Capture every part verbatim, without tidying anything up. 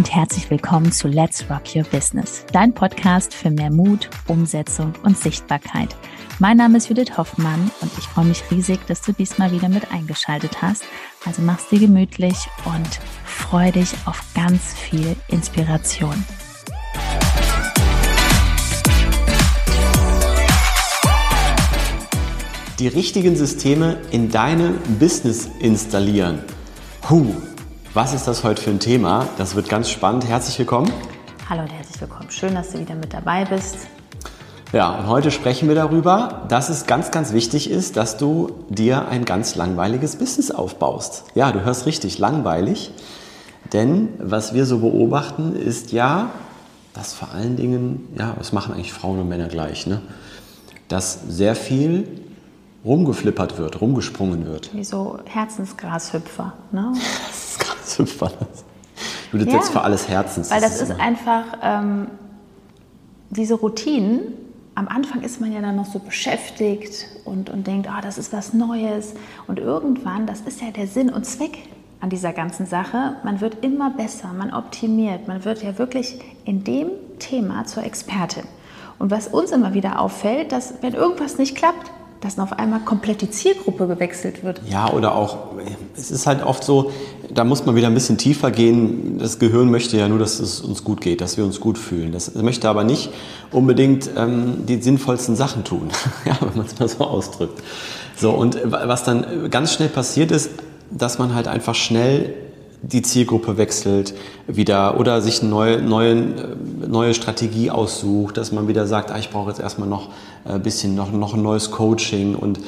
und herzlich willkommen zu Let's Rock Your Business, dein Podcast für mehr Mut, Umsetzung und Sichtbarkeit. Mein Name ist Judith Hoffmann und ich freue mich riesig, dass du diesmal wieder mit eingeschaltet hast. Also mach's dir gemütlich und freu dich auf ganz viel Inspiration. Die richtigen Systeme in deinem Business installieren. Huh, was ist das heute für ein Thema? Das wird ganz spannend. Herzlich willkommen. Hallo und herzlich willkommen. Schön, dass du wieder mit dabei bist. Ja, und heute sprechen wir darüber, dass es ganz, ganz wichtig ist, dass du dir ein ganz langweiliges Business aufbaust. Ja, du hörst richtig, langweilig. Denn was wir so beobachten, ist ja, dass vor allen Dingen, ja, das machen eigentlich Frauen und Männer gleich, ne? Dass sehr viel rumgeflippert wird, rumgesprungen wird. Wie so Herzensgrashüpfer, ne? Grashüpfer. Du bist ja, jetzt für alles Herzens. Weil das, das ist, ist einfach ähm, diese Routinen. Am Anfang ist man ja dann noch so beschäftigt und, und denkt, oh, das ist was Neues. Und irgendwann, das ist ja der Sinn und Zweck an dieser ganzen Sache, man wird immer besser, man optimiert, man wird ja wirklich in dem Thema zur Expertin. Und was uns immer wieder auffällt, dass wenn irgendwas nicht klappt, dass dann auf einmal komplett die Zielgruppe gewechselt wird. Ja, oder auch, es ist halt oft so, da muss man wieder ein bisschen tiefer gehen. Das Gehirn möchte ja nur, dass es uns gut geht, dass wir uns gut fühlen. Das möchte aber nicht unbedingt ähm, die sinnvollsten Sachen tun, ja, wenn man es mal so ausdrückt. So, und was dann ganz schnell passiert ist, dass man halt einfach schnell die Zielgruppe wechselt wieder oder sich eine neue, neue, neue Strategie aussucht, dass man wieder sagt, ah, ich brauche jetzt erstmal noch ein bisschen noch, noch ein neues Coaching. Und,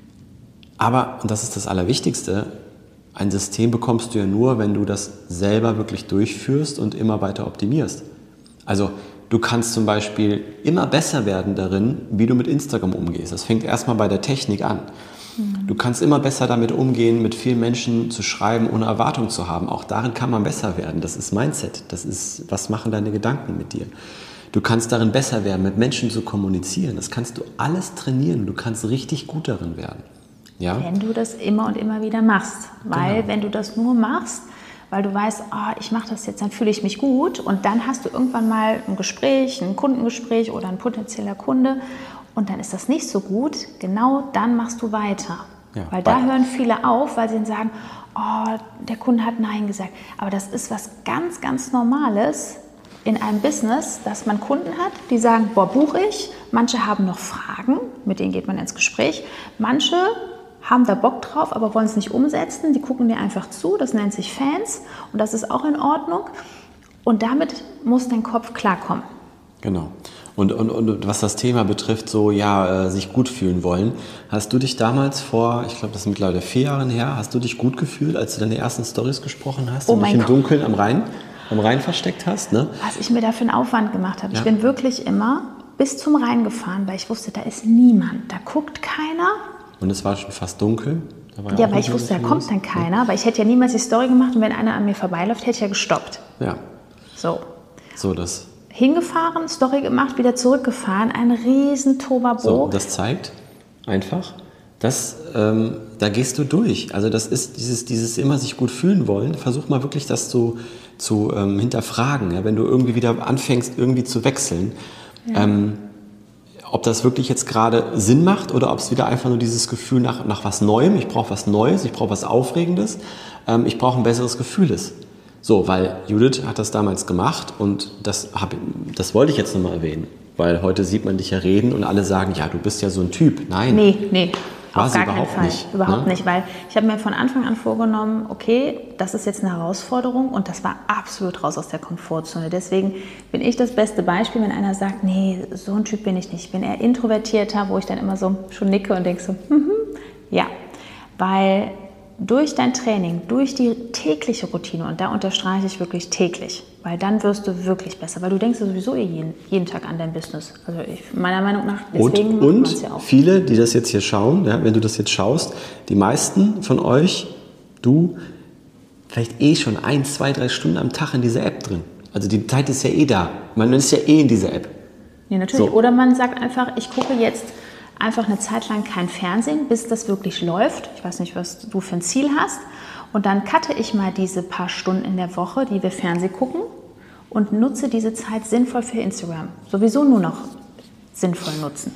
aber, und das ist das Allerwichtigste, ein System bekommst du ja nur, wenn du das selber wirklich durchführst und immer weiter optimierst. Also du kannst zum Beispiel immer besser werden darin, wie du mit Instagram umgehst. Das fängt erstmal bei der Technik an. Du kannst immer besser damit umgehen, mit vielen Menschen zu schreiben, ohne Erwartung zu haben. Auch darin kann man besser werden. Das ist Mindset. Das ist, was machen deine Gedanken mit dir? Du kannst darin besser werden, mit Menschen zu kommunizieren. Das kannst du alles trainieren. Du kannst richtig gut darin werden. Ja? Wenn du das immer und immer wieder machst. Weil genau. Wenn du das nur machst, weil du weißt, oh, ich mache das jetzt, dann fühle ich mich gut. Und dann hast du irgendwann mal ein Gespräch, ein Kundengespräch oder ein potenzieller Kunde. Und dann ist das nicht so gut, genau dann machst du weiter. Ja, weil da hören viele auf, weil sie dann sagen, oh, der Kunde hat Nein gesagt. Aber das ist was ganz, ganz Normales in einem Business, dass man Kunden hat, die sagen, boah, buche ich. Manche haben noch Fragen, mit denen geht man ins Gespräch. Manche haben da Bock drauf, aber wollen es nicht umsetzen. Die gucken dir einfach zu, das nennt sich Fans und das ist auch in Ordnung. Und damit muss dein Kopf klarkommen. Genau. Und, und, und was das Thema betrifft, so ja, äh, sich gut fühlen wollen, hast du dich damals vor, ich glaube, das ist mittlerweile vier Jahren her, hast du dich gut gefühlt, als du deine ersten Storys gesprochen hast oh und dich im Gott. Dunkeln am Rhein, am Rhein versteckt hast? Ne? Was ich mir da für einen Aufwand gemacht habe. Ja. Ich bin wirklich immer bis zum Rhein gefahren, weil ich wusste, da ist niemand, da guckt keiner. Und es war schon fast dunkel? Da war ja, ja weil ich wusste, da kommt los. Dann keiner, aber ich hätte ja niemals die Story gemacht und wenn einer an mir vorbeiläuft, hätte ich ja gestoppt. Ja. So. So, das... Hingefahren, Story gemacht, wieder zurückgefahren, ein riesen Tobabo. So, das zeigt einfach, dass ähm, da gehst du durch. Also das ist dieses, dieses immer sich gut fühlen wollen. Versuch mal wirklich das zu, zu ähm, hinterfragen, ja? Wenn du irgendwie wieder anfängst, irgendwie zu wechseln. Ja. Ähm, ob das wirklich jetzt gerade Sinn macht oder ob es wieder einfach nur dieses Gefühl nach, nach was Neuem, ich brauche was Neues, ich brauche was Aufregendes, ähm, ich brauche ein besseres Gefühl ist. So, weil Judith hat das damals gemacht und das, hab, das wollte ich jetzt nochmal erwähnen, weil heute sieht man dich ja reden und alle sagen, ja, du bist ja so ein Typ. Nein, nee, nee, war auf sie gar überhaupt keinen Fall. nicht. Überhaupt ne? nicht, weil ich habe mir von Anfang an vorgenommen, okay, das ist jetzt eine Herausforderung und das war absolut raus aus der Komfortzone. Deswegen bin ich das beste Beispiel, wenn einer sagt, nee, so ein Typ bin ich nicht. Ich bin eher introvertierter, wo ich dann immer so schon nicke und denke so, mhm, ja, weil... Durch dein Training, durch die tägliche Routine, und da unterstreiche ich wirklich täglich, weil dann wirst du wirklich besser, weil du denkst ja sowieso jeden, jeden Tag an dein Business. Also ich, meiner Meinung nach, deswegen und, macht man es ja auch. Und viele, die das jetzt hier schauen, ja, wenn du das jetzt schaust, die meisten von euch, du, vielleicht eh schon ein, zwei, drei Stunden am Tag in dieser App drin. Also die Zeit ist ja eh da. Man ist ja eh in dieser App. Ja, natürlich. So. Oder man sagt einfach, ich gucke jetzt einfach eine Zeit lang kein Fernsehen, bis das wirklich läuft. Ich weiß nicht, was du für ein Ziel hast. Und dann cutte ich mal diese paar Stunden in der Woche, die wir Fernsehen gucken. und nutze diese Zeit sinnvoll für Instagram. Sowieso nur noch sinnvoll nutzen.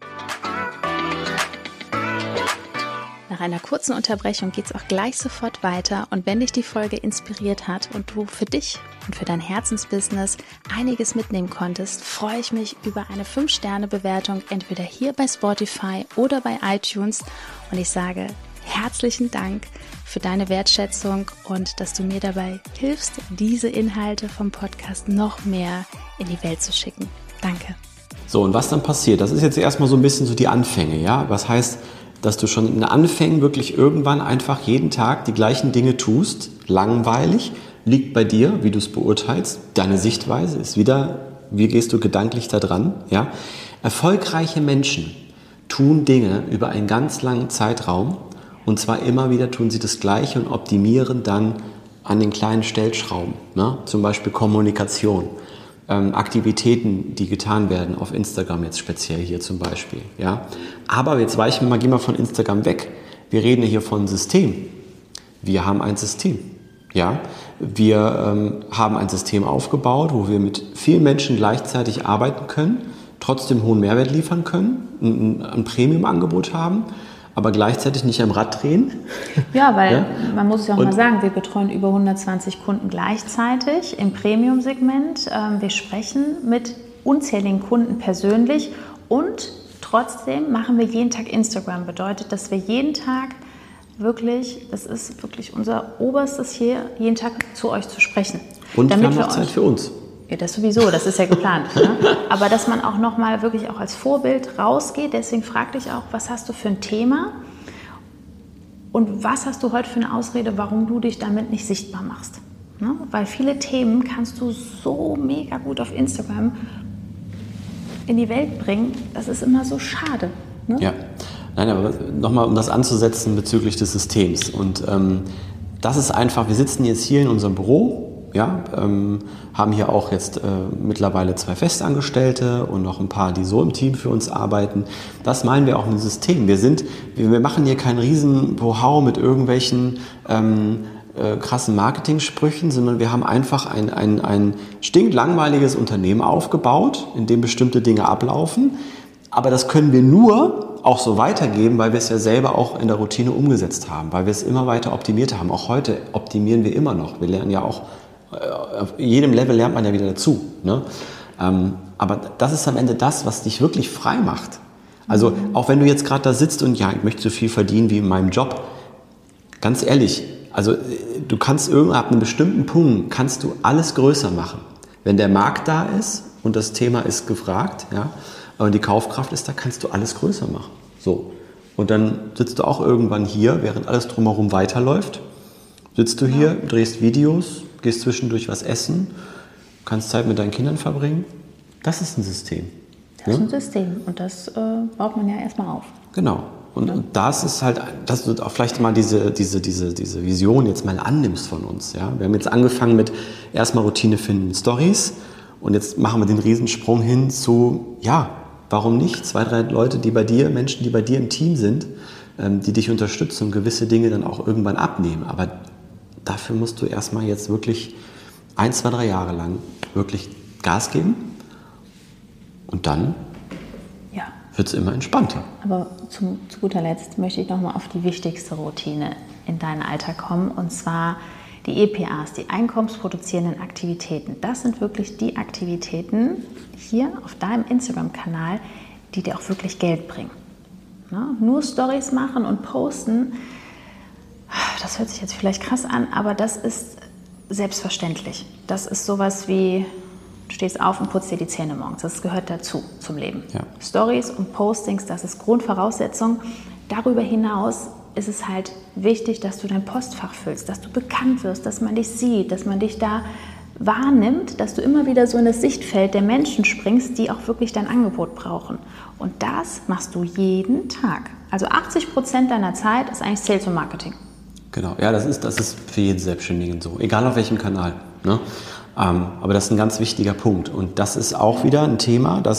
Nach einer kurzen Unterbrechung geht es auch gleich sofort weiter und wenn dich die Folge inspiriert hat und du für dich und für dein Herzensbusiness einiges mitnehmen konntest, freue ich mich über eine fünf Sterne Bewertung entweder hier bei Spotify oder bei iTunes und ich sage herzlichen Dank für deine Wertschätzung und dass du mir dabei hilfst, diese Inhalte vom Podcast noch mehr in die Welt zu schicken. Danke. So, und was dann passiert, das ist jetzt erstmal so ein bisschen so die Anfänge, ja, was heißt, dass du schon in den Anfängen wirklich irgendwann einfach jeden Tag die gleichen Dinge tust, langweilig, liegt bei dir, wie du es beurteilst, deine Sichtweise ist wieder, wie gehst du gedanklich da dran, ja. Erfolgreiche Menschen tun Dinge über einen ganz langen Zeitraum und zwar immer wieder tun sie das Gleiche und optimieren dann an den kleinen Stellschrauben, ne? Zum Beispiel Kommunikation. Aktivitäten, die getan werden auf Instagram jetzt speziell hier zum Beispiel. Ja? Aber jetzt weichen wir mal, gehen wir von Instagram weg. Wir reden hier von System. Wir haben ein System. Ja? Wir ähm, haben ein System aufgebaut, wo wir mit vielen Menschen gleichzeitig arbeiten können, trotzdem hohen Mehrwert liefern können, ein, ein Premium-Angebot haben, aber gleichzeitig nicht am Rad drehen. Ja, weil ja? man muss ja auch und mal sagen, wir betreuen über hundertzwanzig Kunden gleichzeitig im Premium-Segment. Wir sprechen mit unzähligen Kunden persönlich und trotzdem machen wir jeden Tag Instagram. Bedeutet, dass wir jeden Tag wirklich, das ist wirklich unser Oberstes hier, jeden Tag zu euch zu sprechen. Und damit wir haben noch Zeit für uns. Ja, das sowieso, das ist ja geplant. Ne? Aber dass man auch nochmal wirklich auch als Vorbild rausgeht, deswegen frag dich auch, was hast du für ein Thema und was hast du heute für eine Ausrede, warum du dich damit nicht sichtbar machst. Ne? Weil viele Themen kannst du so mega gut auf Instagram in die Welt bringen, das ist immer so schade. Ne? Ja, nein, aber nochmal, um das anzusetzen bezüglich des Systems. Und ähm, das ist einfach, wir sitzen jetzt hier in unserem Büro, ja, ähm, haben hier auch jetzt äh, mittlerweile zwei Festangestellte und noch ein paar, die so im Team für uns arbeiten. Das meinen wir auch mit System. Wir sind, wir, wir machen hier keinen riesen Bohau mit irgendwelchen ähm, äh, krassen Marketing-Sprüchen, sondern wir haben einfach ein, ein, ein stinklangweiliges Unternehmen aufgebaut, in dem bestimmte Dinge ablaufen. Aber das können wir nur auch so weitergeben, weil wir es ja selber auch in der Routine umgesetzt haben, weil wir es immer weiter optimiert haben. Auch heute optimieren wir immer noch. Wir lernen ja auch, auf jedem Level lernt man ja wieder dazu. Ne? Ähm, aber das ist am Ende das, was dich wirklich frei macht. Also auch wenn du jetzt gerade da sitzt und ja, ich möchte so viel verdienen wie in meinem Job, ganz ehrlich, also du kannst irgendwann ab einem bestimmten Punkt, kannst du alles größer machen. Wenn der Markt da ist und das Thema ist gefragt, ja, und die Kaufkraft ist da, kannst du alles größer machen. So. Und dann sitzt du auch irgendwann hier, während alles drumherum weiterläuft, sitzt du hier, drehst Videos, gehst zwischendurch was essen, kannst Zeit mit deinen Kindern verbringen. Das ist ein System. Das ist ein System und das äh, baut man ja erstmal auf. Genau. Und, ja. und das ist halt, dass du auch vielleicht mal diese, diese, diese, diese Vision jetzt mal annimmst von uns. Ja? Wir haben jetzt angefangen mit erstmal Routine finden, Stories und jetzt machen wir den Riesensprung hin zu, ja, warum nicht? Zwei, drei Leute, die bei dir, Menschen, die bei dir im Team sind, ähm, die dich unterstützen und gewisse Dinge dann auch irgendwann abnehmen. Aber dafür musst du erstmal jetzt wirklich ein, zwei, drei Jahre lang wirklich Gas geben und dann ja. wird es immer entspannter. Aber zum, zu guter Letzt möchte ich nochmal auf die wichtigste Routine in deinen Alltag kommen und zwar die E P As, die einkommensproduzierenden Aktivitäten. Das sind wirklich die Aktivitäten hier auf deinem Instagram-Kanal, die dir auch wirklich Geld bringen. Ne? Nur Stories machen und posten, das hört sich jetzt vielleicht krass an, aber das ist selbstverständlich. Das ist sowas wie, du stehst auf und putzt dir die Zähne morgens. Das gehört dazu, zum Leben. Ja. Stories und Postings, das ist Grundvoraussetzung. Darüber hinaus ist es halt wichtig, dass du dein Postfach füllst, dass du bekannt wirst, dass man dich sieht, dass man dich da wahrnimmt, dass du immer wieder so in das Sichtfeld der Menschen springst, die auch wirklich dein Angebot brauchen. Und das machst du jeden Tag. Also achtzig Prozent deiner Zeit ist eigentlich Sales und Marketing. Genau, ja, das ist, das ist für jeden Selbstständigen so, egal auf welchem Kanal. Ne? Ähm, aber das ist ein ganz wichtiger Punkt. Und das ist auch wieder ein Thema, das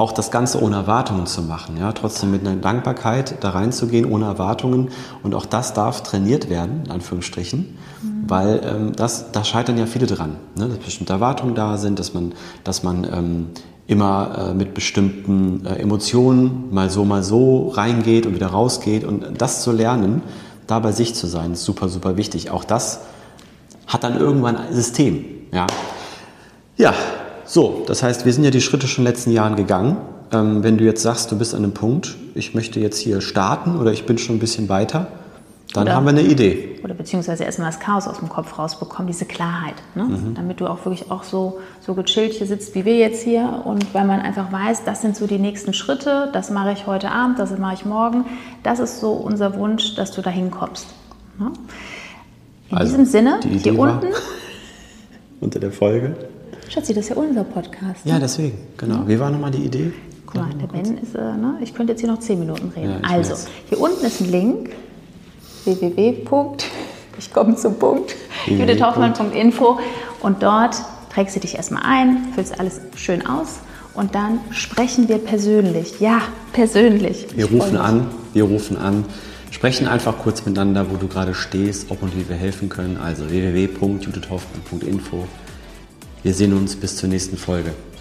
auch das Ganze ohne Erwartungen zu machen. Ja? Trotzdem mit einer Dankbarkeit da reinzugehen, ohne Erwartungen. Und auch das darf trainiert werden, in Anführungsstrichen, mhm. weil ähm, das, da scheitern ja viele dran. Ne? Dass bestimmte Erwartungen da sind, dass man, dass man ähm, immer äh, mit bestimmten äh, Emotionen mal so, mal so reingeht und wieder rausgeht. Und das zu lernen, da bei sich zu sein, ist super, super wichtig. Auch das hat dann irgendwann ein System. Ja, ja. So, das heißt, wir sind ja die Schritte schon in den letzten Jahren gegangen. Ähm, wenn du jetzt sagst, du bist an einem Punkt, ich möchte jetzt hier starten oder ich bin schon ein bisschen weiter, dann oder, haben wir eine Idee. Oder beziehungsweise erstmal das Chaos aus dem Kopf rausbekommen, diese Klarheit. Ne? Mhm. Damit du auch wirklich auch so, so gechillt hier sitzt, wie wir jetzt hier. Und weil man einfach weiß, das sind so die nächsten Schritte, das mache ich heute Abend, das mache ich morgen. Das ist so unser Wunsch, dass du da hinkommst. Ne? In also, diesem Sinne, hier unten. Unter der Folge. Schatzi, das ist ja unser Podcast. Ja, deswegen, genau. Ja. Wie war nochmal die Idee? Guck mal, der Ben ist, äh, ne? Ich könnte jetzt hier noch zehn Minuten reden. Ja, also, weiß. Hier unten ist ein Link, w w w. Ich komme zum Punkt, judith hoffmann punkt info und dort trägst du dich erstmal ein, füllst alles schön aus und dann sprechen wir persönlich. Ja, persönlich. Wir rufen an, wir rufen an, sprechen einfach kurz miteinander, wo du gerade stehst, ob und wie wir helfen können. Also w w w punkt judith hoffmann punkt info. Wir sehen uns bis zur nächsten Folge.